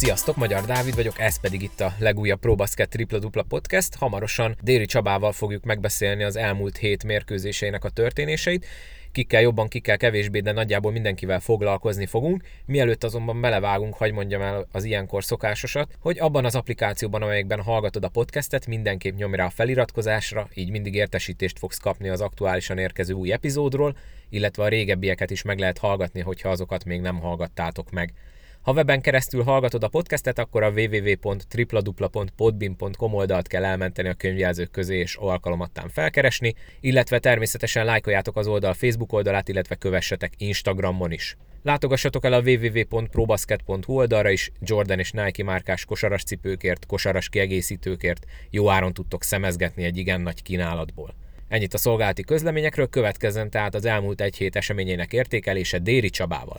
Sziasztok, Magyar Dávid vagyok, ez pedig itt a legújabb ProBasket tripla-dupla podcast. Hamarosan Déri Csabával fogjuk megbeszélni az elmúlt hét mérkőzéseinek a történéseit. Kikkel jobban, kikkel kevésbé, de nagyjából mindenkivel foglalkozni fogunk. Mielőtt azonban belevágunk, hadd mondjam el az ilyenkor szokásosat, hogy abban az applikációban, amelyekben hallgatod a podcastet, mindenképp nyomj rá a feliratkozásra, így mindig értesítést fogsz kapni az aktuálisan érkező új epizódról, illetve a régebbieket is meg lehet hallgatni, hogyha azokat még nem hallgattátok meg. Ha weben keresztül hallgatod a podcastet, akkor a www.tripladupla.podbean.com oldalt kell elmenteni a könyvjelzők közé és alkalomattán felkeresni, illetve természetesen lájkoljátok az oldal Facebook oldalát, illetve kövessetek Instagramon is. Látogassatok el a www.probasket.hu oldalra is, Jordan és Nike márkás kosaras cipőkért, kosaras kiegészítőkért jó áron tudtok szemezgetni egy igen nagy kínálatból. Ennyit a szolgálati közleményekről, következzen tehát az elmúlt egy hét eseményének értékelése Déri Csabával.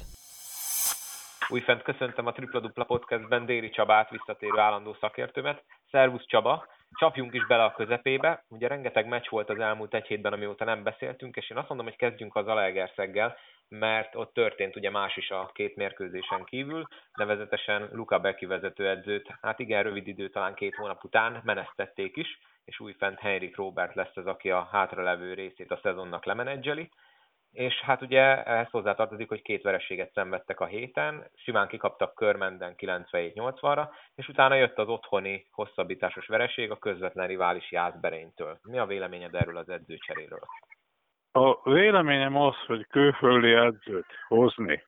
Újfent köszöntöm a Tripla Dupla Podcastben Déri Csabát, visszatérő állandó szakértőmet. Szervusz Csaba! Csapjunk is bele a közepébe. Ugye rengeteg meccs volt az elmúlt egy hétben, amióta nem beszéltünk, és én azt mondom, hogy kezdjünk az Zalaegerszeggel, mert ott történt ugye más is a két mérkőzésen kívül, nevezetesen Luka Beki vezetőedzőt, hát igen, rövid idő, talán 2 hónap után menesztették is, és újfent Henrik Róbert lesz az, aki a hátralevő részét a szezonnak lemenedzseli. És hát ugye ehhez hozzátartozik, hogy 2 vereséget szenvedtek a héten, simán kikaptak Körmenden 97-80-ra, és utána jött az otthoni hosszabbításos vereség a közvetlen rivális Jászberénytől. Mi a véleményed erről az edzőcseréről? A véleményem az, hogy külföldi edzőt hozni,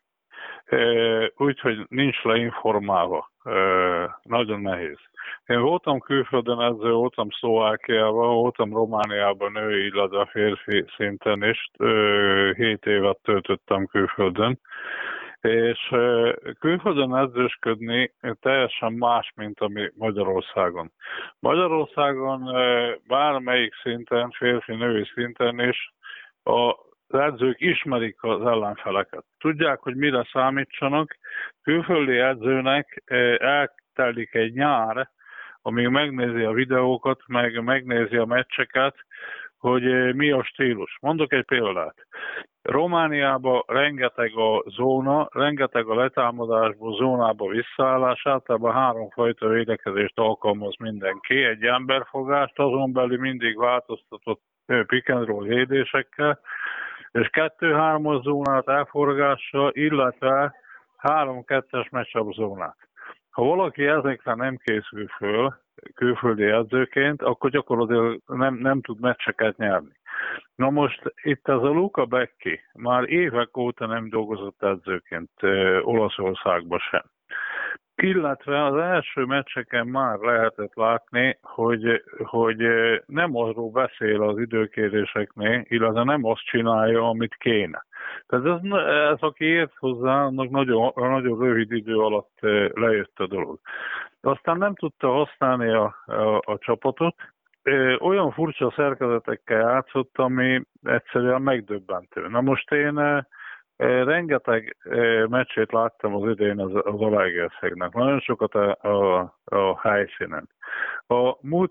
úgyhogy nincs leinformálva, nagyon nehéz. Én voltam külföldön edző, voltam Szlovákiában, voltam Romániában női, illetve férfi szinten is, 7 évet töltöttem külföldön, és külföldön edzősködni teljesen más, mint ami Magyarországon. Magyarországon bármelyik szinten, férfi-női szinten is az edzők ismerik az ellenfeleket. Tudják, hogy mire számítsanak. Külföldi edzőnek eltelik egy nyár, amíg megnézi a videókat, meg megnézi a meccseket, hogy mi a stílus. Mondok egy példát. Romániában rengeteg a zóna, rengeteg a letámadásból zónába visszaállás, általában 3 fajta védekezést alkalmaz mindenki. Egy emberfogást, azon belül mindig változtatott pick and roll védésekkel, és 2-3-as zónát elforgással, illetve 3-2-es matchup zónát. Ha valaki ezekre nem készül föl külföldi edzőként, akkor gyakorlatilag nem tud meccseket nyerni. Na most itt ez a Luka Beki már évek óta nem dolgozott edzőként Olaszországban sem. Illetve az első meccseken már lehetett látni, hogy nem arról beszél az időkéréseknél, illetve nem azt csinálja, amit kéne. Tehát ez aki ért hozzá, annak nagyon rövid idő alatt lejött a dolog. Aztán nem tudta használni a csapatot, olyan furcsa szerkezetekkel játszott, ami egyszerűen megdöbbentő. Na most én rengeteg meccsét láttam az idén az Zalaegerszegnek, nagyon sokat a helyszínen. A múlt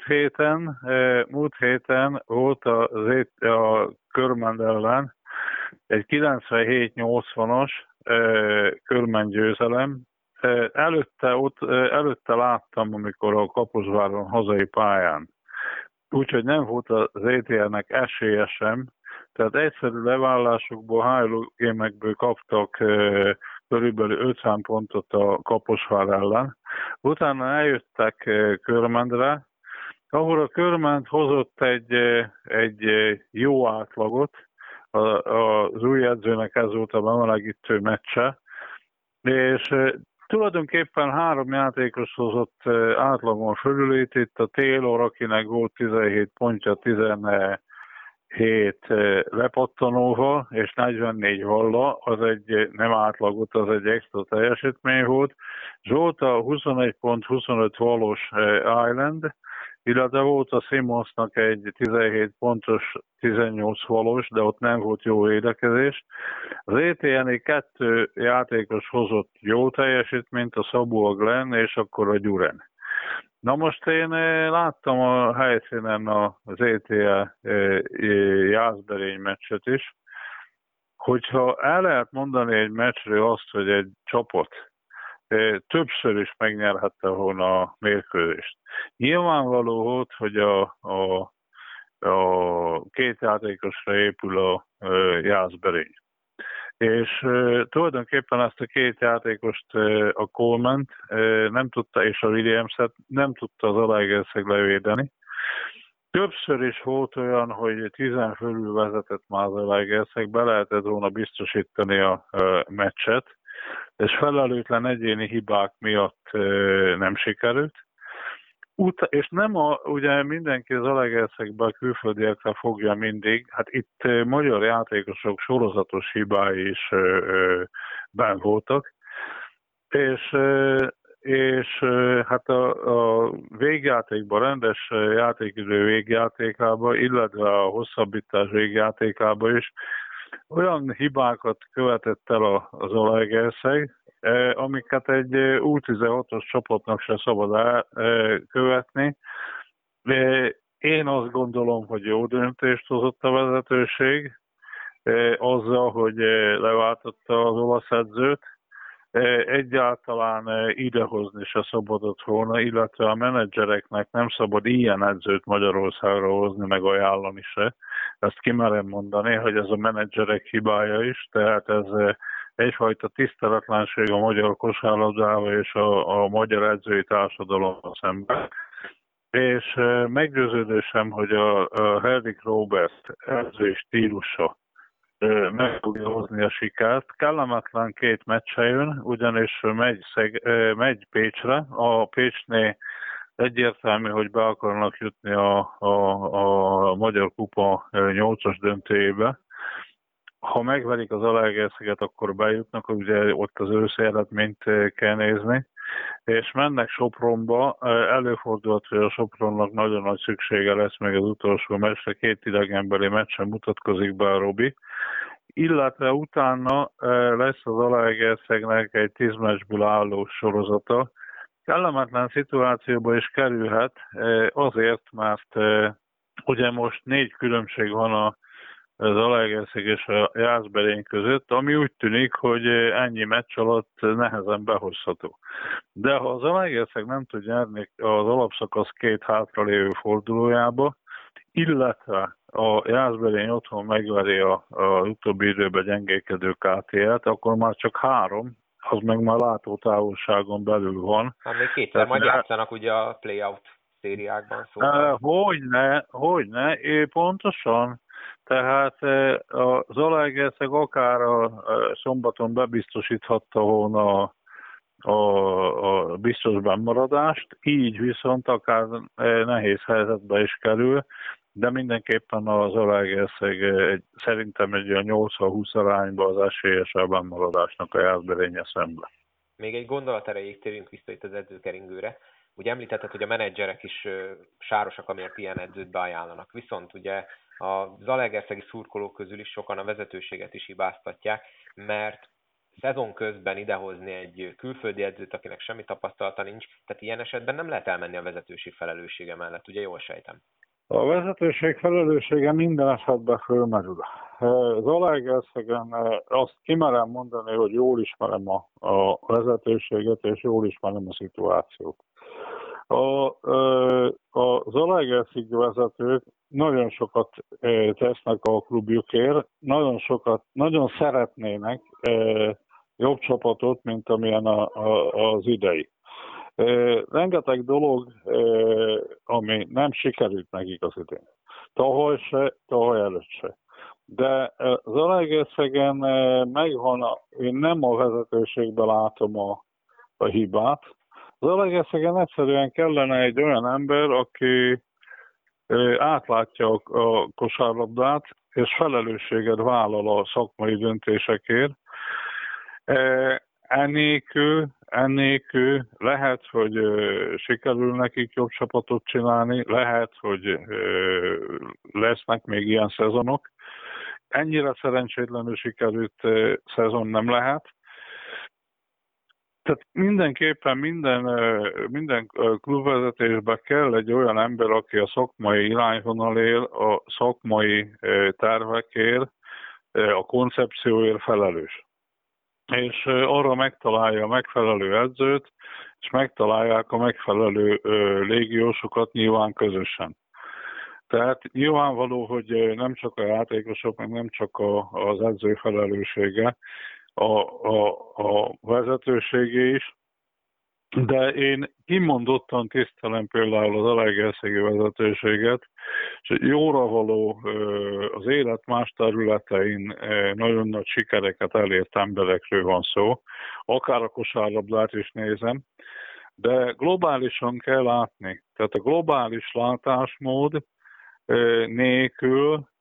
héten volt a Körmend ellen egy 97-80-as Körmend győzelem. Előtte láttam, amikor a Kaposváron hazai pályán. Úgyhogy nem volt az ETL-nek esélye sem, tehát egyszerű levállásokból, high game-ekből kaptak körülbelül 50 pontot a Kaposvár ellen. Utána eljöttek Körmendre, ahol a Körmend hozott egy jó átlagot, az új edzőnek ez volt a bemelegítő meccse, és tulajdonképpen 3 játékos hozott átlagon fölülét, itt a Taylor, akinek volt 17 pontja, 17 lepattanóval, és 44 valla, az egy nem átlagot, az egy extra teljesítmény volt. Zsolta 21 pont, 25 valós Island, illetve volt a Simonsnak egy 17 pontos, 18 valós, de ott nem volt jó védekezés. Az ETN-i 2 játékos hozott jó teljesítményt, a Szabó, a Glenn és akkor a Gyuren. Na most én láttam a helyszínen az ETL Jászberény meccset is, hogyha el lehet mondani egy meccsről azt, hogy egy csapat többször is megnyerhette volna a mérkőzést. Nyilvánvaló volt, hogy a két játékosra épül a Jászberény. És tulajdonképpen ezt a két játékost, a Coleman nem tudta, és a Williams-et nem tudta az Zalaegerszeg levédeni. Többször is volt olyan, hogy 10 fölül vezetett már az Zalaegerszeg, be lehetett volna biztosítani a meccset, és felelőtlen egyéni hibák miatt nem sikerült. És nem ugye mindenki az Zalaegerszegben külföldiekre fogja mindig, hát itt magyar játékosok sorozatos hibái is benn voltak, és hát a végjátékban, rendes játékidő végjátékában, illetve a hosszabbítás végjátékában is olyan hibákat követett el az Zalaegerszeg, amiket egy U16-os csapatnak se szabad elkövetni. Én azt gondolom, hogy jó döntést hozott a vezetőség, azzal, hogy leváltotta az olasz edzőt. Egyáltalán idehozni se szabadott volna, illetve a menedzsereknek nem szabad ilyen edzőt Magyarországra hozni, meg ajánlani se. Ezt kimerem mondani, hogy ez a menedzserek hibája is, tehát ez egyfajta tiszteletlenség a magyar kosárlabdával és a magyar edzői társadalommal szemben. És meggyőződésem, hogy a Henrik Robert edzői stílusa meg fogja hozni a sikert. Kellemetlen két meccse jön, ugyanis megy Pécsre. A Pécsnél egyértelmű, hogy be akarnak jutni a Magyar Kupa 8-as döntőjébe. Ha megverik az Zalaegerszeget, akkor bejutnak, ugye ott az őszi eredményt kell nézni. És mennek Sopronba, előfordulhat, hogy a Sopronnak nagyon nagy szüksége lesz még az utolsó meccsre, két idegenbeli meccsen mutatkozik be a Robi, illetve utána lesz az Zalaegerszegnek egy 10 meccsből álló sorozata. Kellemetlen szituációba is kerülhet, azért, mert ugye most 4 különbség van az Zalaegerszeg és a Jászberény között, ami úgy tűnik, hogy ennyi meccs alatt nehezen behozható. De ha az Zalaegerszeg nem tud nyerni az alapszakasz 2 hátralévő fordulójába, illetve a Jászberény otthon megveri az utóbbi időben gyengélkedő KTL-t, akkor már csak 3, az meg már látótávolságon belül van. Hát még kétszer majd játszanak ugye a play-out szériákban. Szóval. Hogyne, pontosan. Tehát a Zalaegerszeg akár a szombaton bebiztosíthatta volna a biztos bennmaradást, így viszont akár nehéz helyzetbe is kerül, de mindenképpen a Zalaegerszeg szerintem egy olyan 80-20 arányban az esélyesebb bennmaradásnak a Jászberénye szemben. Még egy gondolat erejéig térjünk vissza itt az edzőkeringőre. Ugye említetted, hogy a menedzserek is sárosak, amiért ilyen edzőt beajánlanak. Viszont ugye a zalaegerszegi szurkolók közül is sokan a vezetőséget is hibáztatják, mert szezon közben idehozni egy külföldi edzőt, akinek semmi tapasztalata nincs, tehát ilyen esetben nem lehet elmenni a vezetőség felelőssége mellett, ugye jól sejtem? A vezetőség felelőssége minden esetben fölmerül. Zalaegerszegen azt kimerem mondani, hogy jól ismerem a vezetőséget, és jól ismerem a szituációt. A Zalaegerszegi vezetők nagyon sokat tesznek a klubjukért, nagyon szeretnének jobb csapatot, mint amilyen az idei. Rengeteg dolog, ami nem sikerült nekik az idén. Tavaly se, tavaly előtt se. De Zalaegerszegen megvan, én nem a vezetőségben látom a hibát. Zalaegerszegen egyszerűen kellene egy olyan ember, aki átlátja a kosárlabdát, és felelősséget vállal a szakmai döntésekért. Ennélkül lehet, hogy sikerül nekik jobb csapatot csinálni, lehet, hogy lesznek még ilyen szezonok. Ennyire szerencsétlenül sikerült szezon nem lehet. Tehát mindenképpen minden klubvezetésben kell egy olyan ember, aki a szakmai irányvonalért, a szakmai tervekért, a koncepcióért felelős. és arra megtalálja a megfelelő edzőt, és megtalálják a megfelelő légiósokat nyilván közösen. Tehát nyilvánvaló, hogy nem csak a játékosok, meg nem csak az edző felelőssége, a vezetőségé is, de én kimondottan tisztelem például az Zalaegerszegi vezetőséget, és jóra való az élet más területein nagyon nagy sikereket elért emberekről van szó, akár a kosárlabdát is nézem, de globálisan kell látni. Tehát a globális látásmód nélkül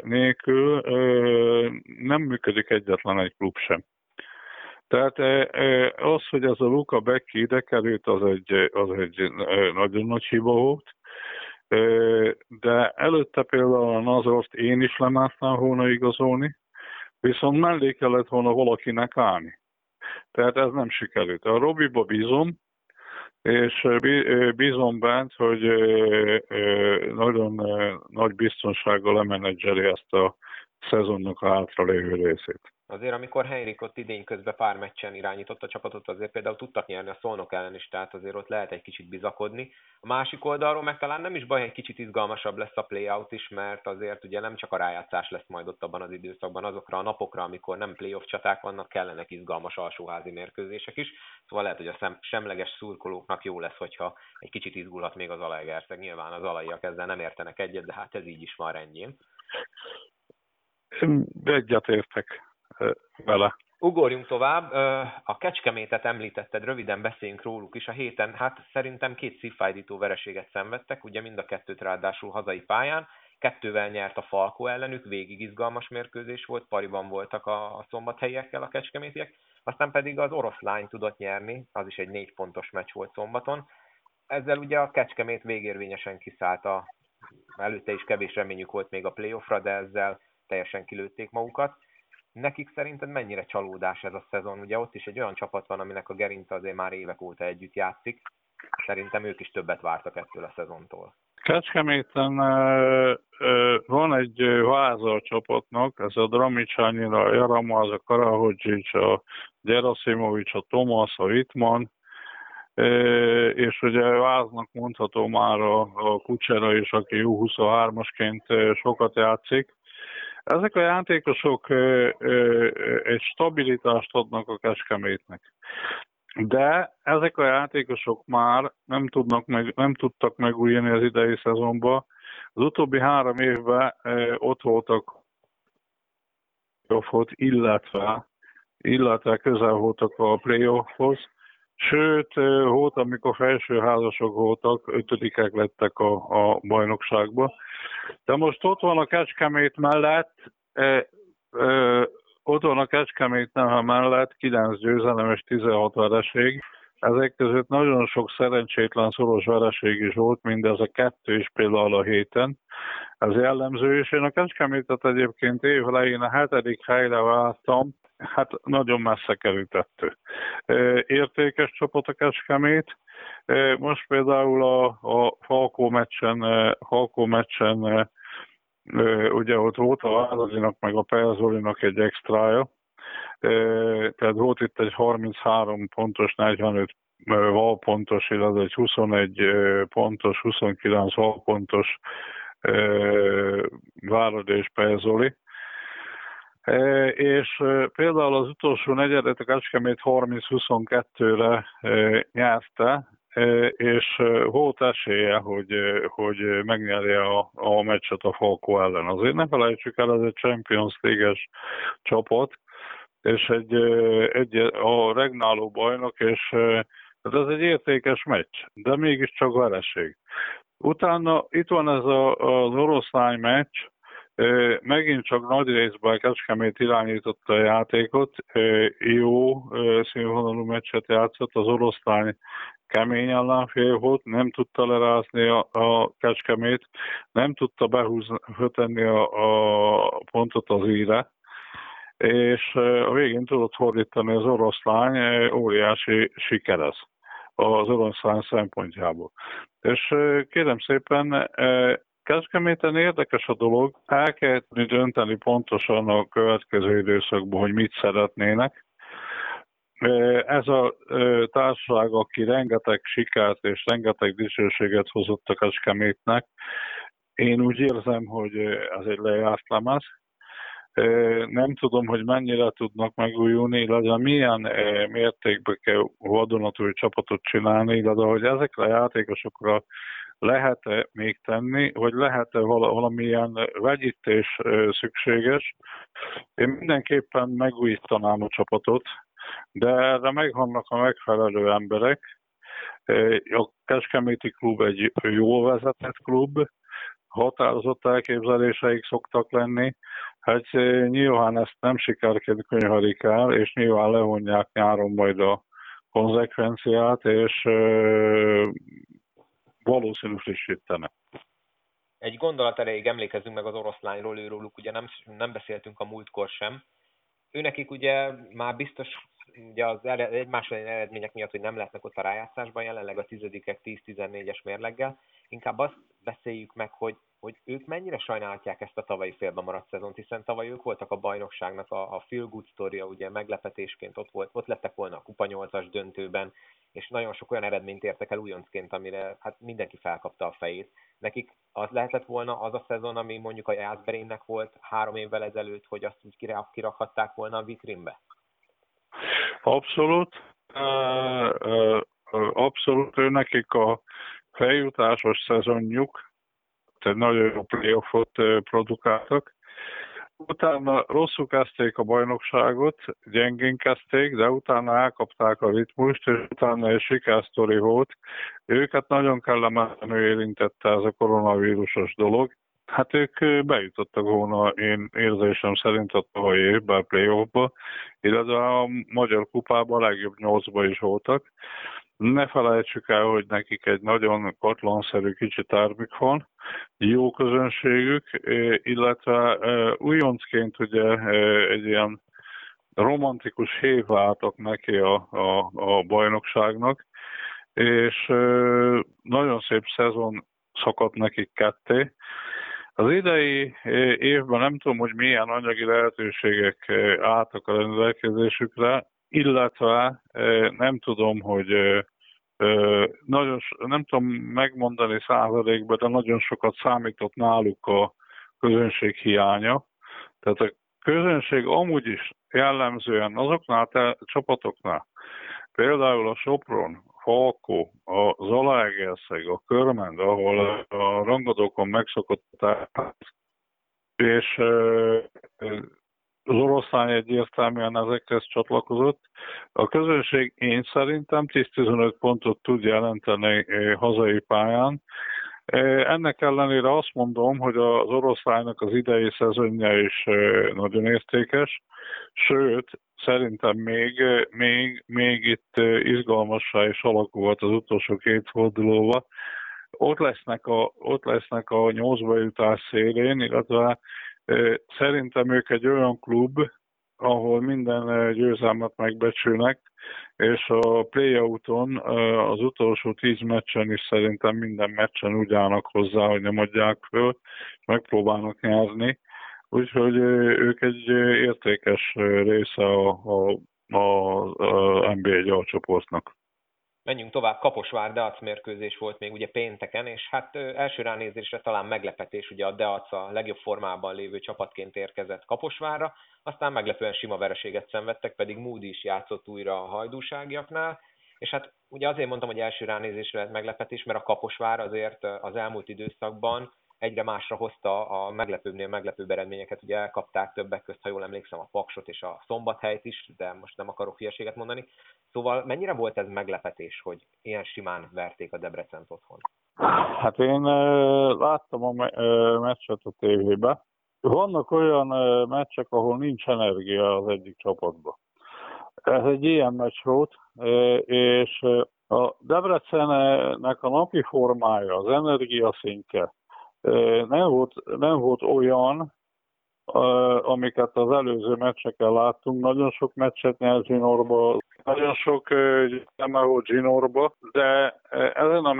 nem működik egyetlen egy klub sem. Tehát az, hogy ez a Luka Becky ide került, az egy nagyon nagy hiba volt, de előtte például a Nazort én is lemásznám volna igazolni, viszont mellé kellett volna valakinek állni. Tehát ez nem sikerült. A Robiba bízom, és bízom bent, hogy nagyon nagy biztonsággal lemenedzseli ezt a szezonnak a hátralévő részét. Azért, amikor Henrik ott idény közben pár meccsen irányította a csapatot, azért például tudtak nyerni a Szolnok ellen is, tehát azért ott lehet egy kicsit bizakodni. A másik oldalról meg talán nem is baj, egy kicsit izgalmasabb lesz a playout is, mert azért ugye nem csak a rájátszás lesz majd ott abban az időszakban, azokra a napokra, amikor nem playoff csaták vannak, kellenek izgalmas alsóházi mérkőzések is. Szóval lehet, hogy a semleges szurkolóknak jó lesz, hogyha egy kicsit izgulhat még az Zalaegerszeg. Nyilván az alaiak ezzel nem értenek egyet, de hát ez így is van rendjén. Egyetértek vele. Ugorjunk tovább. A Kecskemétet említetted, röviden beszéljünk róluk is. A héten hát szerintem 2 szívfájdító vereséget szenvedtek, ugye mind a 2-t ráadásul hazai pályán. 2-vel nyert a Falkó ellenük, végig izgalmas mérkőzés volt, pariban voltak a szombathelyiekkel a kecskemétiek, aztán pedig az Oroszlány tudott nyerni, az is egy 4 pontos meccs volt szombaton. Ezzel ugye a Kecskemét végérvényesen kiszállt előtte is kevés reményük volt még a playoffra, de ezzel teljesen kilőtték magukat. Nekik szerinted mennyire csalódás ez a szezon? Ugye ott is egy olyan csapat van, aminek a gerince azért már évek óta együtt játszik. Szerintem ők is többet vártak ettől a szezontól. Kecskeméten van egy váza a csapatnak, ez a Dramicsányi, a Jaramaz, a Karahodzsics, a Gyerasimovics, a Tomasz, a Wittmann, és ugye váznak mondható már a Kucsera is, aki U23-asként sokat játszik. Ezek a játékosok egy stabilitást adnak a Kecskemétnek. De ezek a játékosok már nem tudtak megújulni az idei szezonban. Az utóbbi 3 évben ott voltak, illetve közel voltak a playoffhoz. Sőt, volt, amikor felsőházasok voltak, 5-ek lettek a bajnokságba. De most ott van a Kecskemét mellett, mellett 9 győzelem és 16 vereség. Ezek között nagyon sok szerencsétlen szoros vereség is volt, mindez a 2 is például a héten. Ez jellemző, és én a Kecskemétet egyébként évelején a 7. helyre vártam, hát nagyon messze kerültettő. Értékes csapat a Kecskemét. Most például a Falkó meccsen ugye ott volt a Vázadinak meg a Perzolinak egy extrája, tehát volt itt egy 33 pontos, 45 valpontos, illetve egy 21 pontos, 29 valpontos Várad és Perzoli. És például az utolsó negyedet a Kecskemét 30-22-re nyerte, és volt esélye, hogy megnyerje a meccset a Falkó ellen. Azért ne felejtsük el, ez egy Champions League-es csapat, és a regnáló bajnok, és ez egy értékes meccs, de mégiscsak vereség. Utána itt van ez az Oroszlány meccs, megint csak nagy részben a Kecskemét irányította a játékot, jó színvonalú meccset játszott, az Oroszlány kemény ellenfél volt, nem tudta lerázni a Kecskemét, nem tudta betenni a pontot az íre, és a végén tudott fordítani az Oroszlány, óriási siker ez az Oroszlány szempontjából. És kérem szépen, Kecskeméten érdekes a dolog, el kell dönteni pontosan a következő időszakban, hogy mit szeretnének. Ez a társaság, aki rengeteg sikert és rengeteg dicsőséget hozott a Kecskemétnek, én úgy érzem, hogy ez egy lejárt lemez. Nem tudom, hogy mennyire tudnak megújulni, illetve milyen mértékben kell vadonatúj csapatot csinálni, illetve hogy ezekre a játékosokra lehet-e még tenni, vagy lehet-e valamilyen vegyítés szükséges. Én mindenképpen megújítanám a csapatot, de erre megvannak a megfelelő emberek. A Kecskeméti klub egy jól vezetett klub, határozott elképzeléseik szoktak lenni. Hát nyilván ezt nem sikerként könyvelik el, és nyilván levonják nyáron majd a konzekvenciát, és valószínű frissítenek. Egy gondolat erejéig emlékezzünk meg az oroszlányról, őróluk ugye nem beszéltünk a múltkor sem. Őnekik ugye már biztos ugye az egymás eredmények miatt, hogy nem lehetnek ott a rájátszásban, jelenleg a 10-ek 10-14-es mérleggel. Inkább azt beszéljük meg, hogy ők mennyire sajnálhatják ezt a tavalyi félbe maradt szezont, hiszen tavaly ők voltak a bajnokságnak a feel good sztoria, ugye meglepetésként ott lettek volna a Kupa 8-as döntőben, és nagyon sok olyan eredményt értek el újoncként, amire hát mindenki felkapta a fejét. Nekik az lehetett volna az a szezon, ami mondjuk a Jászberénynek volt 3 évvel ezelőtt, hogy azt úgy kirakhatták volna a vitrínbe? Abszolút. Abszolút nekik a feljutásos szezonjuk, egy nagyon jó playoffot produkáltak. Utána rosszul kezdték a bajnokságot, gyengén kezdték, de utána elkapták a ritmust, és utána egy sikersztori volt. Őket nagyon kellemetlenül érintette ez a koronavírusos dolog. Hát ők bejutottak volna, én érzésem szerint a tavalyi évben a playoffba, illetve a Magyar Kupában a legjobb 8-ba is voltak. Ne felejtsük el, hogy nekik egy nagyon katlanszerű kicsi termük van, jó közönségük, illetve újoncként ugye egy ilyen romantikus hév váltak neki a bajnokságnak, és nagyon szép szezon szakadt nekik ketté. Az idei évben nem tudom, hogy milyen anyagi lehetőségek álltak a rendelkezésükre, illetve nem tudom, hogy nem tudom megmondani százalékban, de nagyon sokat számított náluk a közönség hiánya. Tehát a közönség amúgy is jellemzően azoknál a csapatoknál, például a Sopron, Falkó, a Zalaegerszeg, a Körmend, ahol a rangadókon megszokott, és az oroszlány egyértelműen ezekhez csatlakozott. A közönség én szerintem 10-15 pontot tud jelenteni hazai pályán. Ennek ellenére azt mondom, hogy az oroszlánynak az idei szezonja is nagyon értékes, sőt, szerintem még itt izgalmassá is alakulhat az utolsó 2 fordulóba. Ott lesznek a 8-ba jutás szélén, illetve szerintem ők egy olyan klub, ahol minden győzelmet megbecsülnek, és a play-outon az utolsó 10 meccsen is szerintem minden meccsen úgy állnak hozzá, hogy nem adják föl, megpróbálnak nyerni. Úgyhogy ők egy értékes része a NBA gyarcsoportnak. Menjünk tovább, Kaposvár Deac mérkőzés volt még ugye pénteken, és hát első ránézésre talán meglepetés, ugye a Deac a legjobb formában lévő csapatként érkezett Kaposvárra, aztán meglepően sima vereséget szenvedtek, pedig Moody is játszott újra a hajdúságiaknál, és hát ugye azért mondtam, hogy első ránézésre meglepetés, mert a Kaposvár azért az elmúlt időszakban egyre másra hozta a meglepőbbnél meglepőbb eredményeket, ugye elkapták többek közt, ha jól emlékszem, a Paksot és a Szombathelyt is, de most nem akarok hülyeséget mondani. Szóval mennyire volt ez meglepetés, hogy ilyen simán verték a Debrecent otthon? Hát én láttam a meccset a tévében. Vannak olyan meccsek, ahol nincs energia az egyik csapatban. Ez egy ilyen meccs volt, és a Debrecennek a napi formája, az energiaszintje nem volt olyan, amiket az előző meccseken láttunk. Nagyon sok meccset nyert Zsinórba, nagyon sok győzelme volt Zsinórba, de ezen a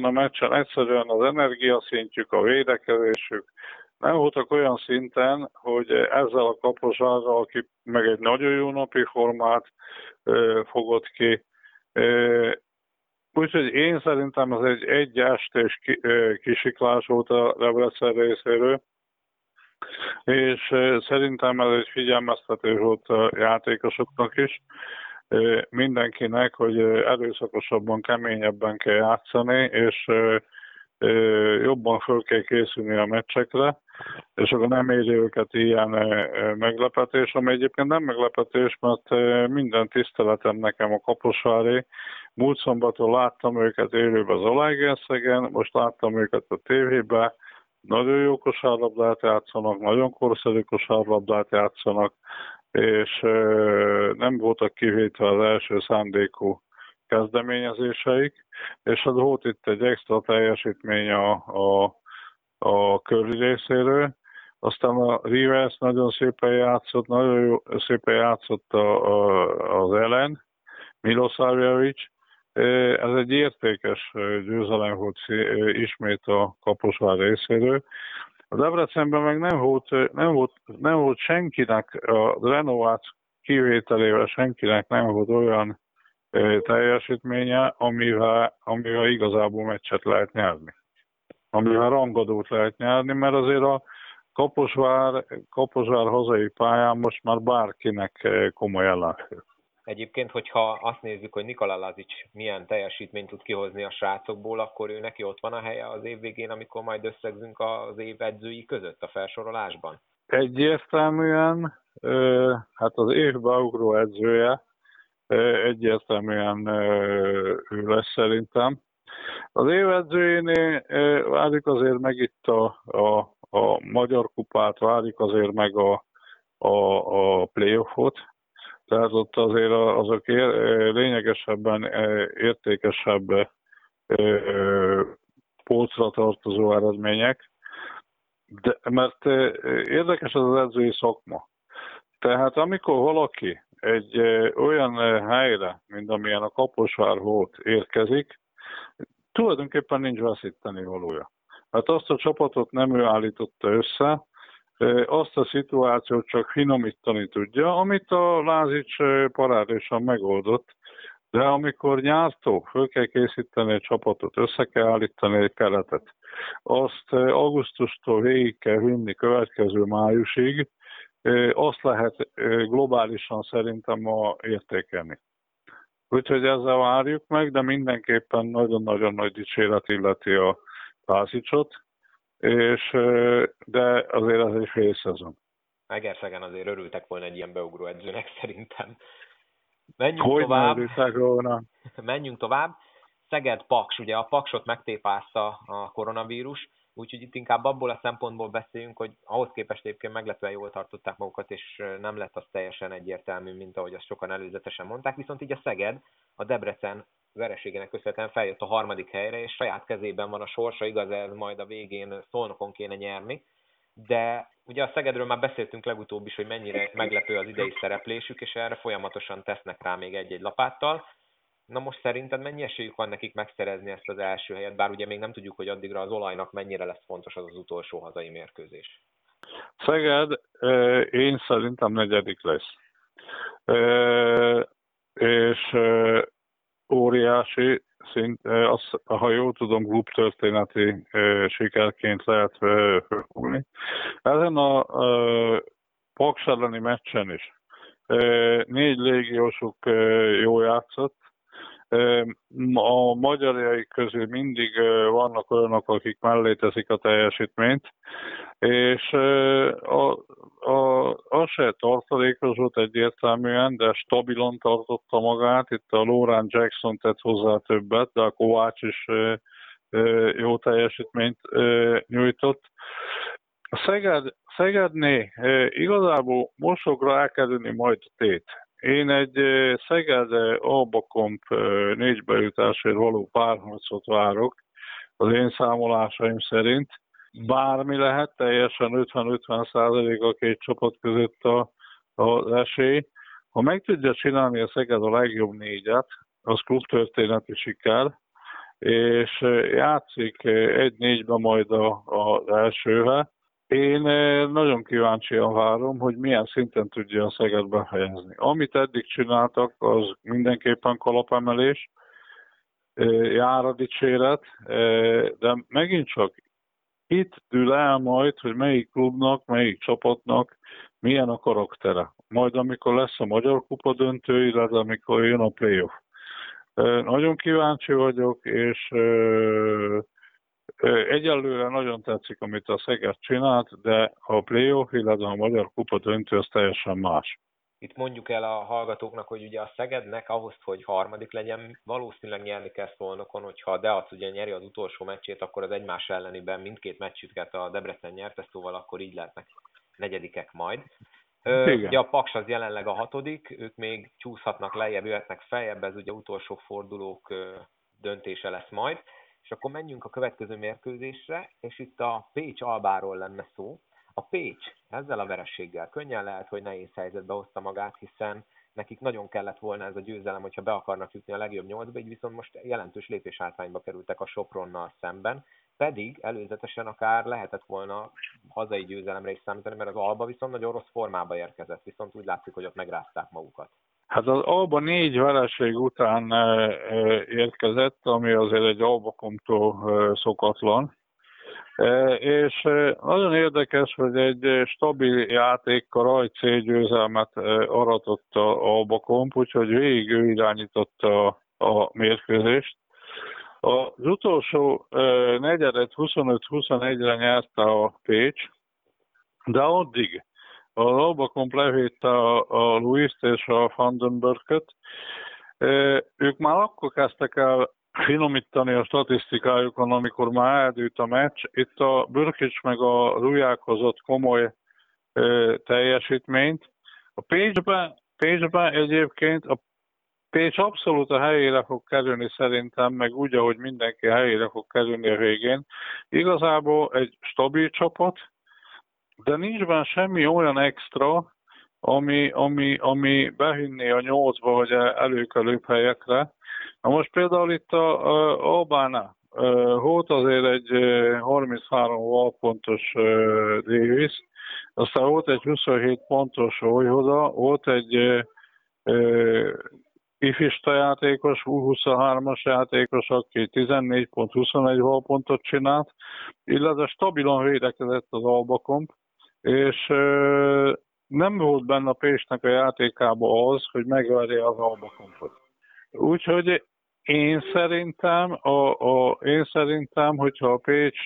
meccsen egyszerűen az energiaszintjük, a védekezésük nem voltak olyan szinten, hogy hogy ezzel a Kaposvárral, aki meg egy nagyon jó napi formát fogott ki. Úgyhogy én szerintem ez egy estés kisiklás volt a Debrecen részéről, és szerintem ez egy figyelmeztetés volt a játékosoknak is, mindenkinek, hogy erőszakosabban, keményebben kell játszani, és jobban föl kell készülni a meccsekre, és akkor nem éri őket ilyen meglepetés, ami egyébként nem meglepetés, mert minden tiszteletem nekem a Kaposvári. Múlt szombaton láttam őket élőben az Zalaegerszegen, most láttam őket a tévében, nagyon jó kosárlabdát játszanak, nagyon korszerű kosárlabdát játszanak, és nem voltak kivétel az első szándékú kezdeményezéseik, és az volt itt egy extra teljesítmény a Curry részéről. Aztán a Rivers nagyon szépen játszott, nagyon jó, szépen játszott az Ellen, Milosavljevic. Ez egy értékes győzelem volt ismét a Kaposvár részéről. A Debrecenben meg nem volt senkinek, a renovát kivételével senkinek nem volt olyan teljesítménye, amivel igazából meccset lehet nyerni. Amivel rangadót lehet nyerni, mert azért a Kaposvár hazai pályán most már bárkinek komoly ellenfél. Egyébként, hogyha azt nézzük, hogy Nikola Lazic milyen teljesítményt tud kihozni a srácokból, akkor ő neki ott van a helye az év végén, amikor majd összegzünk az év edzői között a felsorolásban? Egyértelműen, hát az év beugró edzője egyértelműen ő lesz szerintem. Az év edzőjénél várjuk azért meg itt a Magyar Kupát, várjuk azért meg a playoffot. Tehát ott azért azok lényegesebben értékesebb polcra tartozó eredmények, mert érdekes az edzői szakma. Tehát amikor valaki egy olyan helyre, mint amilyen a Kaposvár volt, érkezik, tulajdonképpen nincs veszíteni valója. Hát azt a csapatot nem ő állította össze, azt a szituációt csak finomítani tudja, amit a Lazic parádésan megoldott, de amikor nyártól föl kell készíteni egy csapatot, össze kell állítani egy keretet, azt augusztustól végig kell vinni következő májusig, azt lehet globálisan szerintem ma értékelni. Úgyhogy ezzel várjuk meg, de mindenképpen nagyon-nagyon nagy dicséret illeti a Lazicot, de azért ez egy fél szezon. Egerszegen azért örültek volna egy ilyen beugró edzőnek szerintem. Menjünk tovább. Szeged-Paks, ugye a Paksot megtépázta a koronavírus, úgyhogy itt inkább abból a szempontból beszéljünk, hogy ahhoz képest egyébként meglepően jól tartották magukat, és nem lett az teljesen egyértelmű, mint ahogy azt sokan előzetesen mondták, viszont így a Szeged, a Debrecen vereségének köszönhetően feljött a 3. helyre, és saját kezében van a sorsa, igaz, ez majd a végén Szolnokon kéne nyerni, de ugye a Szegedről már beszéltünk legutóbb is, hogy mennyire meglepő az idei szereplésük, és erre folyamatosan tesznek rá még egy-egy lapáttal. Na most szerinted mennyi esélyük van nekik megszerezni ezt az első helyet, bár ugye még nem tudjuk, hogy addigra az olajnak mennyire lesz fontos az utolsó hazai mérkőzés. Szeged, én szerintem 4. lesz. És óriási szint, ha jól tudom, klubtörténeti sikerként lehet fölfogni. Ezen a Paks elleni meccsen is 4 légiósuk jól játszott. A magyarjaik közül mindig vannak olyanok, akik mellé teszik a teljesítményt, és az se tartalékos volt egyértelműen, de stabilan tartotta magát. Itt a Loran Jackson tett hozzá többet, de a Kovács is jó teljesítményt nyújtott. A Szegedné igazából mosogra el kell ülni majd a tét. Én egy Szeged Albakomp 4 bejutásért való párharcot várok az én számolásaim szerint. Bármi lehet, teljesen 50-50% a két csapat között az esély. Ha meg tudja csinálni a Szeged a legjobb 4-et, az klubtörténeti siker, és játszik 1-4-ben majd az elsővel, Én nagyon kíváncsian várom, hogy milyen szinten tudja a Szeged befejezni. Amit eddig csináltak, az mindenképpen kalapemelés, jár a dicséret, de megint csak itt dől el majd, hogy melyik klubnak, melyik csapatnak milyen a karaktere. Majd amikor lesz a Magyar Kupa döntő, illetve amikor jön a playoff. Nagyon kíváncsi vagyok, és egyelőre nagyon tetszik, amit a Szeged csinált, de a playoff, illetve a Magyar Kupa döntő az teljesen más. Itt mondjuk el a hallgatóknak, hogy ugye a Szegednek ahhoz, hogy harmadik legyen, valószínűleg nyerni kell Szolnokon, hogyha a Deac ugye nyeri az utolsó meccsét, akkor az egymás elleniben mindkét meccsüket a Debrecen nyerte, szóval akkor így lehetnek negyedikek majd. Ugye a Paks az jelenleg a 6., ők még csúszhatnak lejjebb, jöhetnek feljebb, ez ugye utolsó fordulók döntése lesz majd. És akkor menjünk a következő mérkőzésre, és itt a Pécs Albáról lenne szó. A Pécs ezzel a vereséggel könnyen lehet, hogy nehéz helyzetbe hozta magát, hiszen nekik nagyon kellett volna ez a győzelem, hogyha be akarnak jutni a legjobb 8-ba, így viszont most jelentős lépéshátrányba kerültek a Sopronnal szemben, pedig előzetesen akár lehetett volna hazai győzelemre is számítani, mert az Alba viszont nagyon rossz formába érkezett, viszont úgy látszik, hogy ott megrázták magukat. Hát az Alba 4 vereség után érkezett, ami azért egy Albakomtól szokatlan. És nagyon érdekes, hogy egy stabil játékkal rajt győzelmet aratott a Albakomp, úgyhogy végig ő irányította a mérkőzést. Az utolsó negyedet 25-21-re nyerte a Pécs, de addig az Albakomp levédte a Luist és a Vandenberget. Ők már akkor kezdtek el finomítani a statisztikájukon, amikor már eldőlt a meccs. Itt a Bürkic meg a Ruják hozott komoly teljesítményt. A Pécsben egyébként a Pécs abszolút a helyére fog kerülni szerintem, meg úgy, ahogy mindenki helyére fog kerülni a végén. Igazából egy stabil csapat, de nincs benne semmi olyan extra, ami behinné a 8-ba, vagy előkelőbb helyekre. Na most például itt a Albánál volt azért egy 33 pontos Davis, aztán volt egy 27 pontos Vojvoda, volt egy ifista játékos, U23-as játékos, aki 14 pont, 21 pontot csinált, illetve stabilan védekezett az Albakomp, és nem volt benne a Pécsnek a játékában az, hogy megverje az Albakompot. Úgyhogy én szerintem, hogyha a Pécs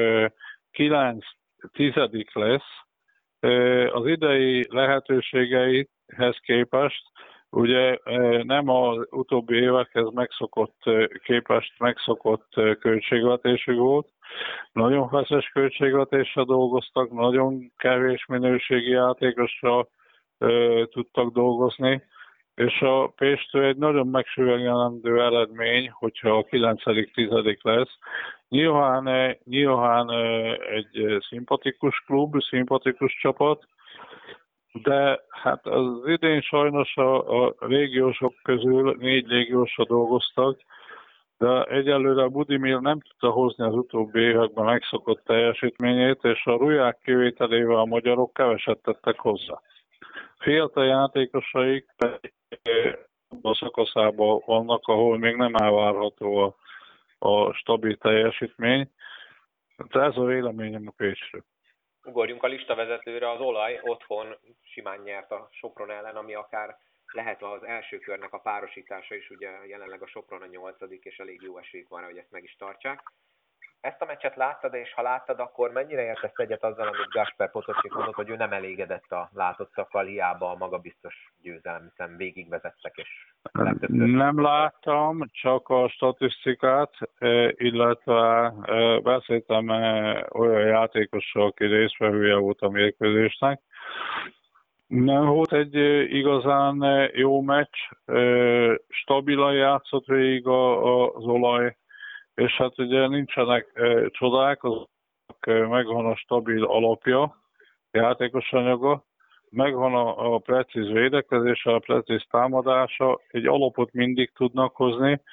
9-10 lesz, az idei lehetőségeihez képest, ugye nem az utóbbi évekhez megszokott költségvetésük volt, nagyon feszes költségvetéssel dolgoztak, nagyon kevés minőségi játékossal tudtak dolgozni, és a Pécstől egy nagyon megsüvegelendő eredmény, hogyha a 9.-10. lesz. Nyilván egy szimpatikus klub, szimpatikus csapat, de hát az idén sajnos a légiósok közül 4 légiósra dolgoztak, de egyelőre Budimir nem tudta hozni az utóbbi években megszokott teljesítményét, és a Ruják kivételével a magyarok keveset tettek hozzá. Fiatal játékosaik a szakaszában vannak, ahol még nem elvárható a stabil teljesítmény. De ez a véleményem a Pécsről. Ugorjunk a listavezetőre, az Olaj otthon simán nyert a Sopron ellen, ami akár lehet az első körnek a párosítása is, ugye jelenleg a Sopron a 8. és elég jó esélyük van, hogy ezt meg is tartsák. Ezt a meccset láttad, és ha láttad, akkor mennyire értesz egyet azzal, amit Gáspár Potocsik mondott, hogy ő nem elégedett a látottakkal, hiába a magabiztos győzelem, hiszen végigvezettek, és nem láttam, csak a statisztikát, illetve beszéltem olyan játékossal, aki résztvevője volt a mérkőzésnek. Nem volt egy igazán jó meccs, stabilan játszott végig az Olaj, és hát ugye nincsenek csodák, megvan a stabil alapja, játékos anyaga, megvan a precíz védekezése, a precíz támadása, egy alapot mindig tudnak hozni,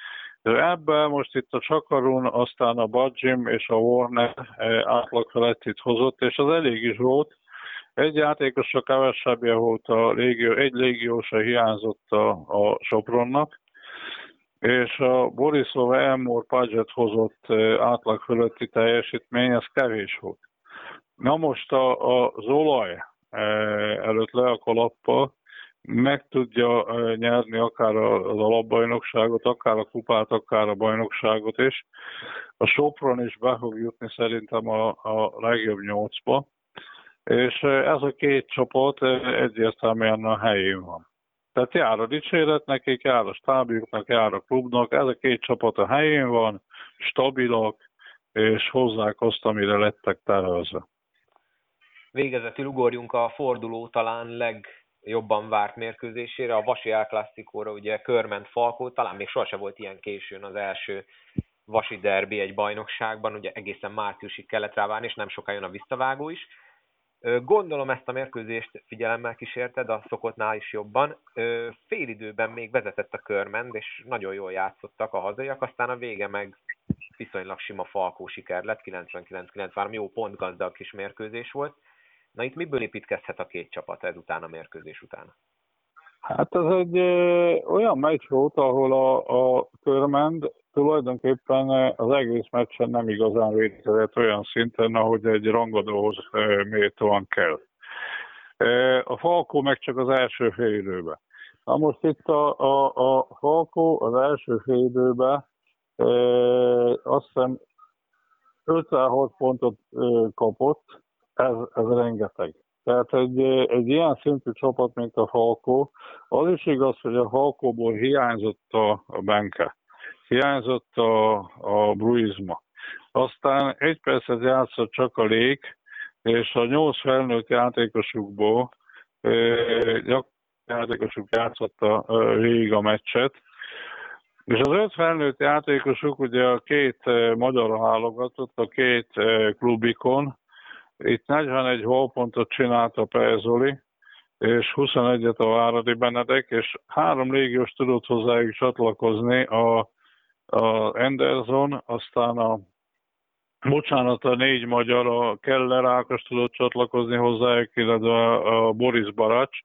Ebben most itt a Csakarun, aztán a Badzsim és a Warner átlag felettit hozott, és az elég is volt. Egy játékosra kevesebbje volt egy légió se hiányzott a Sopronnak, és a Borisov Elmore Paget hozott átlag fölötti teljesítmény, ez kevés volt. Na most az olaj előtt le a kalappal, meg tudja nyerni akár az alapbajnokságot, akár a kupát, akár a bajnokságot is. A Sopron is be fog jutni szerintem a legjobb 8-ba. És ez a két csapat egyértelműen a helyén van. Tehát jár a dicséret nekik, jár a stábjuknak, jár a klubnak, ez a két csapat a helyén van, stabilak, és hozzák azt, amire lettek tervezve. Végezetül ugorjunk a forduló talán legjobban várt mérkőzésére, a Vasi El Clasicóra, ugye Körment-Falkó, talán még sohasem volt ilyen későn az első Vasi derbi egy bajnokságban, ugye egészen márciusig kellett rá várni, és nem sokáig jön a visszavágó is. Gondolom ezt a mérkőzést figyelemmel kísérted, a szokottnál is jobban. Félidőben még vezetett a Körment, és nagyon jól játszottak a hazaiak, aztán a vége meg viszonylag sima Falkó siker lett, 99-93, jó pontgazdag kis mérkőzés volt. Na itt miből építkezhet a két csapat ezután a mérkőzés után? Hát ez egy olyan meccs volt, ahol a Körment tulajdonképpen az egész meccsen nem igazán védekezett olyan szinten, ahogy egy rangadóhoz méltóan kell. A Falkó meg csak az első fél időben. Na most itt a Falkó az első fél időben azt hiszem 56 pontot kapott, ez rengeteg. Tehát egy ilyen szintű csapat, mint a Falkó, az is igaz, hogy a Falkóból hiányzott a Benke, hiányzott a Bruizma. Aztán egy percet játszott csak a Lék, és a 8 felnőtt játékosukból játékosuk játszotta végig a meccset. És az 5 felnőtt játékosuk, ugye a két magyar válogatott, a két klubikon, itt 41 holpontot csinált a Pezoli, és 21-et a Váradi Benedek, és 3 légiós tudott hozzájuk csatlakozni, a Anderson, aztán a 4 magyar, a Keller Ákos tudott csatlakozni hozzájuk, illetve a Boris Baracs.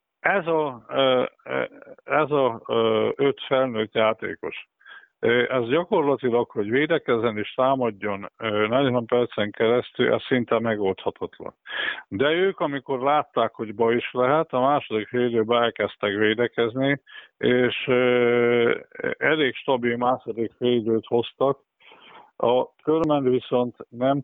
Ez a 5 felnőtt játékos. Ez gyakorlatilag, hogy védekezzen és támadjon 40 percen keresztül, ez szinte megoldhatatlan. De ők, amikor látták, hogy baj is lehet, a második fél időben elkezdtek védekezni, és elég stabil második fél időt hoztak. A Körment viszont nem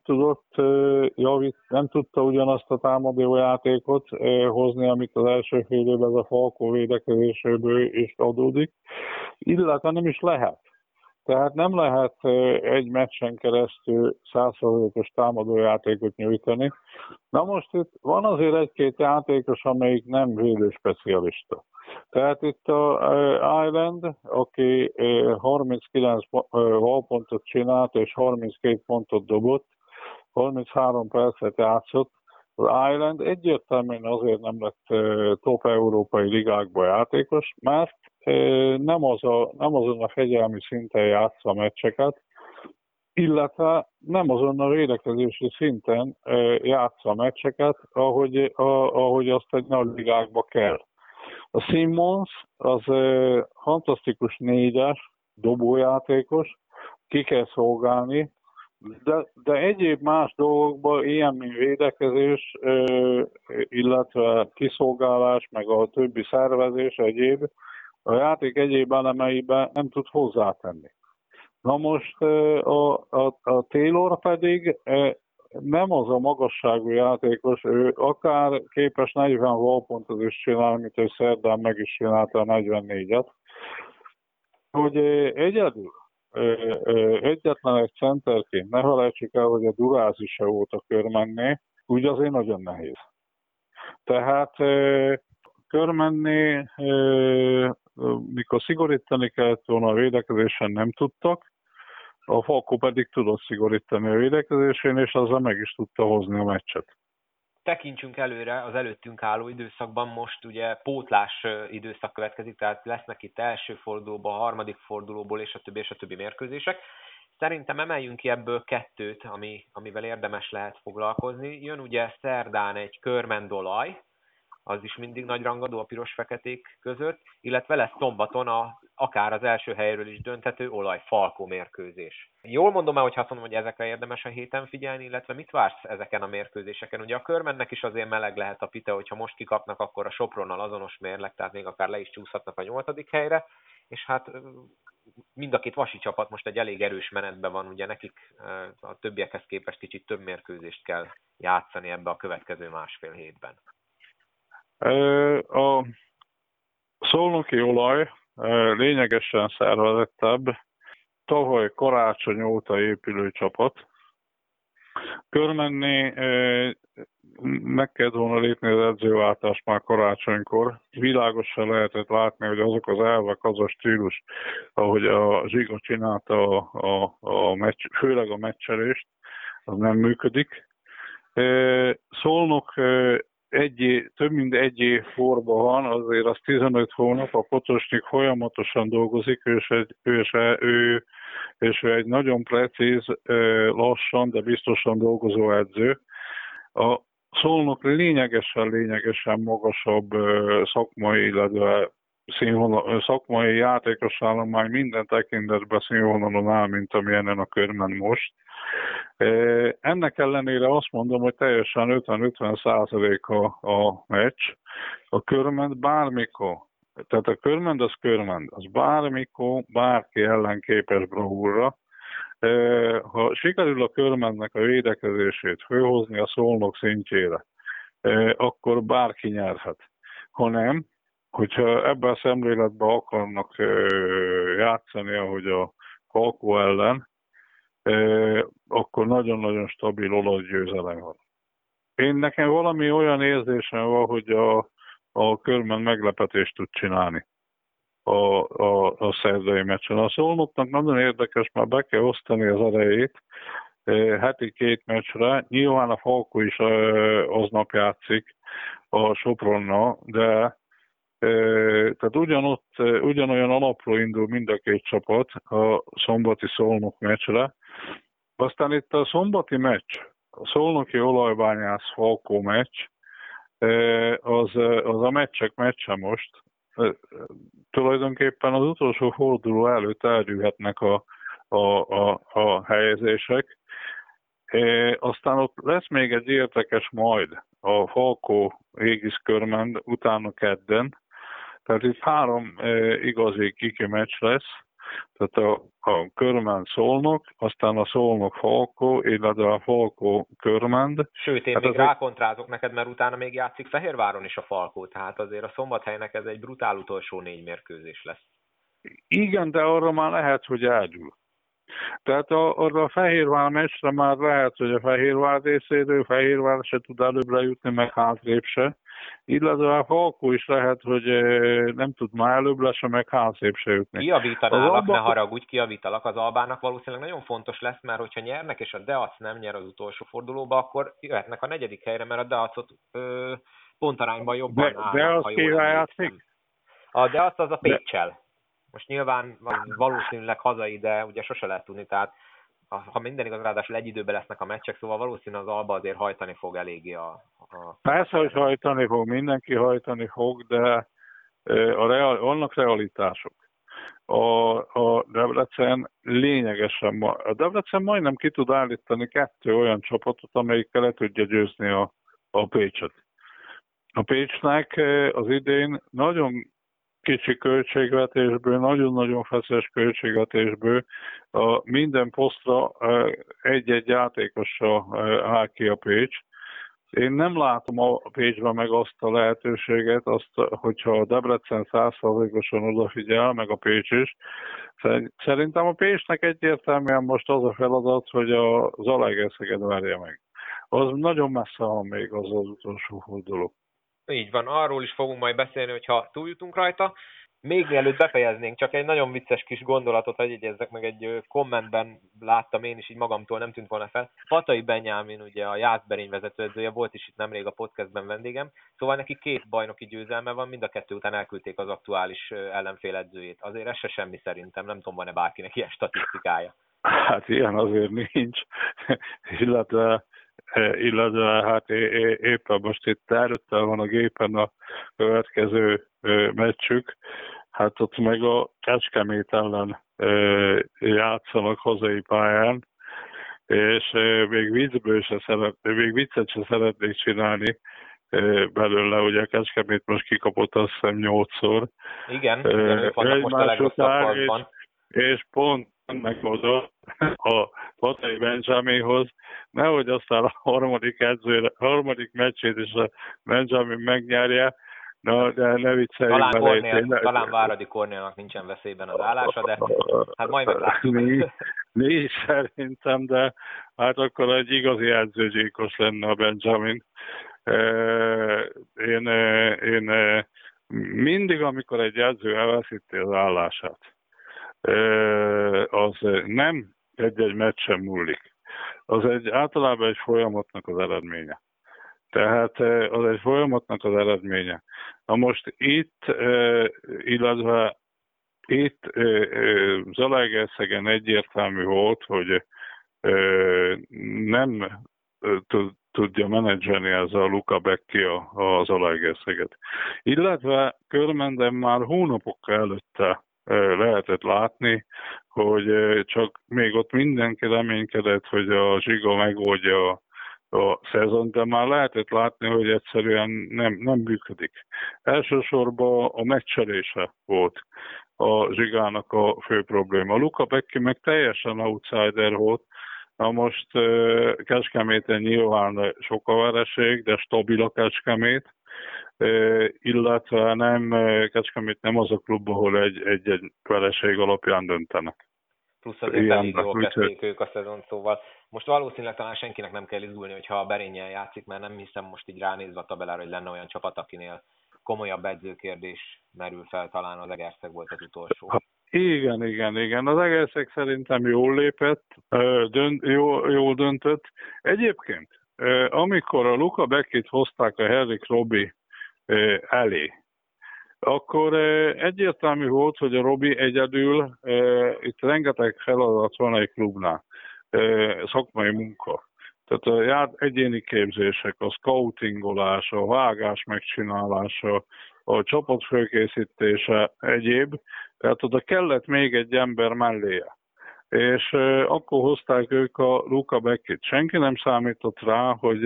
tudta ugyanazt a támadó játékot hozni, amit az első fél időben ez a Falkó védekezéséből is adódik, illetve nem is lehet. Tehát nem lehet egy meccsen keresztül 100%-os támadójátékot nyújtani. Na most itt van azért egy-két játékos, amelyik nem védőspecialista. Tehát itt a Island, aki 39 valpontot csinált és 32 pontot dobott, 33 percet játszott. Az Island egyértelműen azért nem lett top európai ligákba játékos, mert nem azon a fegyelmi szinten játsza a meccseket, illetve nem azon a védekezési szinten játsza a meccseket, ahogy azt egy nagy ligákba kell. A Simmons az fantasztikus 4-es dobójátékos, ki kell szolgálni, de egyéb más dolgokban, ilyen, mint védekezés, illetve kiszolgálás, meg a többi szervezés egyéb, a játék egyéb elemeiben nem tud hozzátenni. Na most a Taylor pedig nem az a magasságú játékos, ő akár képes 40 valpontot is csinálni, mint ő szerdán meg is csinálta a 44-et, hogy egyetlen egy centerként, ne felejtsük el, hogy a Durázi se volt a Körmentnél, úgy azért nagyon nehéz. Tehát Körmentnél, mikor szigorítani kellett volna a védekezésen, nem tudtak, a Falkó pedig tudott szigorítani a védekezésén, és azzal meg is tudta hozni a meccset. tekintsünk előre az előttünk álló időszakban, most ugye pótlás időszak következik, tehát lesznek itt első fordulóban, harmadik fordulóból és a többi mérkőzések. Szerintem emeljünk ki ebből kettőt, amivel érdemes lehet foglalkozni. Jön ugye szerdán egy körmendolaj, az is mindig nagy rangadó a piros-feketék között, illetve lesz szombaton akár az első helyről is dönthető olaj-falkó mérkőzés. Jól mondom-e, hogy azt mondom, hogy ezekre érdemes a héten figyelni, illetve mit vársz ezeken a mérkőzéseken? Ugye a körmennek is azért meleg lehet a pite, hogyha most kikapnak, akkor a Sopronnal azonos mérleg, tehát még akár le is csúszhatnak a 8. helyre, és hát mind a két vasi csapat most egy elég erős menetben van, ugye nekik a többiekhez képest kicsit több mérkőzést kell játszani ebbe a következő másfél hétben. A szolnoki olaj lényegesen szervezettebb, tavaly karácsony óta épülő csapat. Körmenné meg kellett volna lépni az edzőváltást már karácsonykor. Világosan lehetett látni, hogy azok az elvek, az a stílus, ahogy a Zsiga csinálta a meccs, főleg a meccselést, az nem működik. Szolnok több mint egy év forba van, azért az 15 hónap, a Potosnyik folyamatosan dolgozik, ő egy nagyon precíz, lassan, de biztosan dolgozó edző. A Szolnok lényegesen magasabb szakmai, illetve szakmai játékos állomány minden tekintetben színvonalon áll, mint amilyennen a Körmen most. Ennek ellenére azt mondom, hogy teljesen 50-50% a meccs. A Körment bármikor, tehát a Körment az bármikor bárki ellen képes bravúrra. Ha sikerül a Körmentnek a védekezését fölhozni a Szolnok szintjére, akkor bárki nyerhet. Ha nem, hogyha ebben a szemléletben akarnak játszani, ahogy a Falkó ellen, akkor nagyon-nagyon stabil olasz győzelem van. Nekem valami olyan érzésem van, hogy a Körmen meglepetést tud csinálni a szerdai meccsen. A Szolnoknak nagyon érdekes, már be kell osztani az erejét heti 2 meccsre. Nyilván a Falkó is aznap játszik a Sopronnal, de tehát ugyanolyan alapról indul mind a két csapat a szombati Szolnok meccsre. Aztán itt a szombati meccs, a szolnoki olajbányász Falkó meccs, az a meccsek meccse most. Tulajdonképpen az utolsó forduló előtt eldőlhetnek a helyezések. Aztán ott lesz még egy érdekes majd a Falkó Égisz Körmend utána kedden. Tehát itt 3 igazi kiki meccs lesz. Tehát a Körmend Szolnok, aztán a Szolnok Falkó, illetve a Falkó Körmend. Sőt, én még rákontrázok neked, mert utána még játszik Fehérváron is a Falkó, tehát azért a Szombathelynek ez egy brutál utolsó 4 mérkőzés lesz. Igen, de arra már lehet, hogy eldől. Tehát arra a Fehérvár meccsre már lehet, hogy a Fehérvár részéről Fehérvár se tud előbbre jutni, meg hátrébb se. Illetve a Falkó is lehet, hogy nem tud már előbbre se, meg hátrébb se jutni. Kijavítanálak, ne haragudj, kijavítalak. Az Albának valószínűleg nagyon fontos lesz, mert hogyha nyernek, és a Deac nem nyer az utolsó fordulóba, akkor jöhetnek a 4. helyre, mert a Deacot pontarányban jobban állnak, ha jól emlékszem. A Deac az a Péccsel. Most nyilván valószínűleg hazai, de ugye sose lehet tudni, tehát ha minden igaz, ráadásul egy időben lesznek a meccsek, szóval valószínűleg az Alba azért hajtani fog eléggé Persze, hogy hajtani fog, mindenki hajtani fog, de vannak realitások. A Debrecen lényegesen, a Debrecen majdnem ki tud állítani 2 olyan csapatot, amelyikkel le tudja győzni a Pécset. A Pécsnek az idén nagyon kicsi költségvetésből, nagyon-nagyon feszes költségvetésből minden posztra egy-egy játékossal áll ki a Pécs. Én nem látom a Pécsben meg azt a lehetőséget, hogyha a Debrecen 100%-osan odafigyel, meg a Pécs is. Szerintem a Pécsnek egyértelműen most az a feladat, hogy a Zalaegerszeged verje meg. Az nagyon messze van még az utolsó forduló. Így van, arról is fogunk majd beszélni, hogyha túljutunk rajta. Még mielőtt befejeznénk, csak egy nagyon vicces kis gondolatot, hogy jegyezzek meg, egy kommentben láttam én is, így magamtól nem tűnt volna fel. Fatai Benyámin, ugye a Jászberény vezetőedzője, volt is itt nemrég a podcastben vendégem, szóval neki 2 bajnoki győzelme van, mind a 2 után elküldték az aktuális ellenfél edzőjét. Azért ez se semmi szerintem, nem tudom, van-e bárkinek ilyen statisztikája. Hát ilyen azért nincs, illetve hát éppen most itt előttel van a gépen a következő meccsük, hát ott meg a Kecskemét ellen játszanak hazai pályán, és még viccet se szeretnék csinálni belőle, ugye a Kecskemét most kikapott azt hiszem 8-szor. Igen, ők vannak most a legrosszabb harcban. És pont meg oda a Fatai Benjaminhoz, nehogy aztán a harmadik meccsét is a Benjamin megnyerje, de ne vicceljünk bele. Talán Váradi Kornélnak nincsen veszélyben az állása, de hát majd meglátjuk. Nincs szerintem, de hát akkor egy igazi edzőgyilkos lenne a Benjamin. Én mindig, amikor egy edző elveszíti az állását, az nem egy meccsen múlik. Az általában egy folyamatnak az eredménye. Tehát az egy folyamatnak az eredménye. Na most illetve Zalaegerszegen egyértelmű volt, hogy nem tudja menedzselni ez a Luka Becchi a Zalaegerszeget. Illetve Körmenden már hónapokkal előtte lehetett látni, hogy csak még ott mindenki reménykedett, hogy a Zsiga megoldja a szezon, de már lehetett látni, hogy egyszerűen nem működik. Elsősorban a meccselése volt a Zsigának a fő probléma. Luka Becchi meg teljesen outsider volt. Na most Kecskeméten nyilván sok a vereség, de stabil a Kecskemét, illetve Kecskemét nem az a klub, ahol egy vereség alapján döntenek. Plusz azért elég jól kezdték ők a szezon, szóval most valószínűleg talán senkinek nem kell izgulni, hogyha a Berénnyel játszik, mert nem hiszem most így ránézve a tabellára, hogy lenne olyan csapat, akinél komolyabb edzőkérdés merül fel, talán az Egerszeg volt az utolsó. Igen. Az Egerszeg szerintem jól lépett, jól döntött. Egyébként, amikor a Luka Beckit hozták a Henrik Robi elé, akkor egyértelmű volt, hogy a Robi egyedül, itt rengeteg feladat van egy klubnál, szakmai munka. Tehát a egyéni képzések, a scoutingolás, a vágás megcsinálása, a csapat fölkészítése, egyéb. Tehát oda kellett még egy ember melléje. És akkor hozták ők a Luka Beckit. Senki nem számított rá, hogy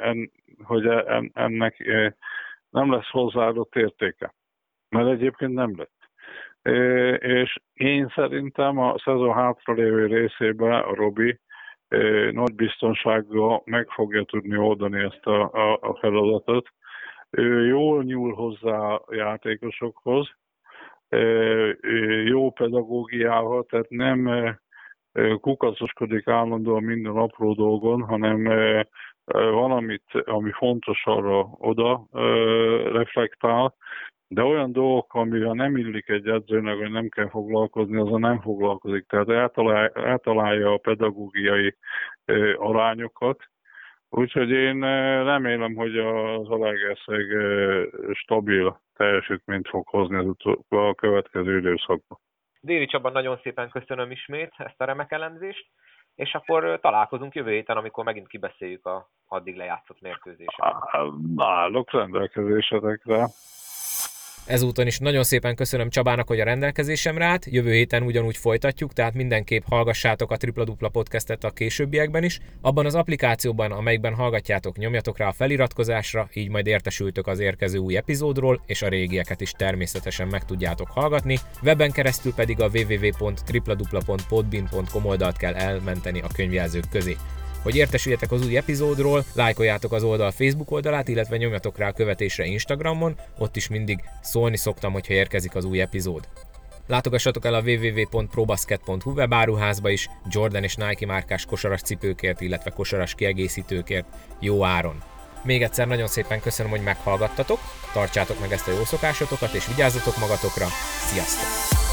ennek nem lesz hozzáadott értéke. Mert egyébként nem lett. És én szerintem a szezon hátralévő részében a Robi nagy biztonsággal meg fogja tudni oldani ezt a feladatot. Ő jól nyúl hozzá a játékosokhoz, jó pedagógiával, tehát nem kukacoskodik állandóan minden apró dolgon, hanem valamit, ami fontos, arra oda reflektál, de olyan dolgok, amivel nem illik egy edzőnek, hogy nem kell foglalkozni, azzal nem foglalkozik. Tehát eltalálja a pedagógiai arányokat. Úgyhogy én remélem, hogy az Zalaegerszeg stabil teljesítményt fog hozni a következő időszakban. Déri Csaba, nagyon szépen köszönöm ismét ezt a remek elemzést, és akkor találkozunk jövő héten, amikor megint kibeszéljük a addig lejátszott mérkőzéseket. Állok rendelkezésetekre. Ezúton is nagyon szépen köszönöm Csabának, hogy a rendelkezésemre állt. Jövő héten ugyanúgy folytatjuk, tehát mindenképp hallgassátok a Tripla Dupla podcastet a későbbiekben is. Abban az applikációban, amelyikben hallgatjátok, nyomjatok rá a feliratkozásra, így majd értesültök az érkező új epizódról, és a régieket is természetesen meg tudjátok hallgatni. Webben keresztül pedig a www.tripladupla.podbean.com oldalt kell elmenteni a könyvjelzők közé. Hogy értesüljetek az új epizódról, lájkoljátok az oldal Facebook oldalát, illetve nyomjatok rá a követésre Instagramon, ott is mindig szólni szoktam, hogyha érkezik az új epizód. Látogassatok el a www.probasket.hu webáruházba is, Jordan és Nike márkás kosaras cipőkért, illetve kosaras kiegészítőkért jó áron. Még egyszer nagyon szépen köszönöm, hogy meghallgattatok, tartsátok meg ezt a jó szokásotokat, és vigyázzatok magatokra, sziasztok!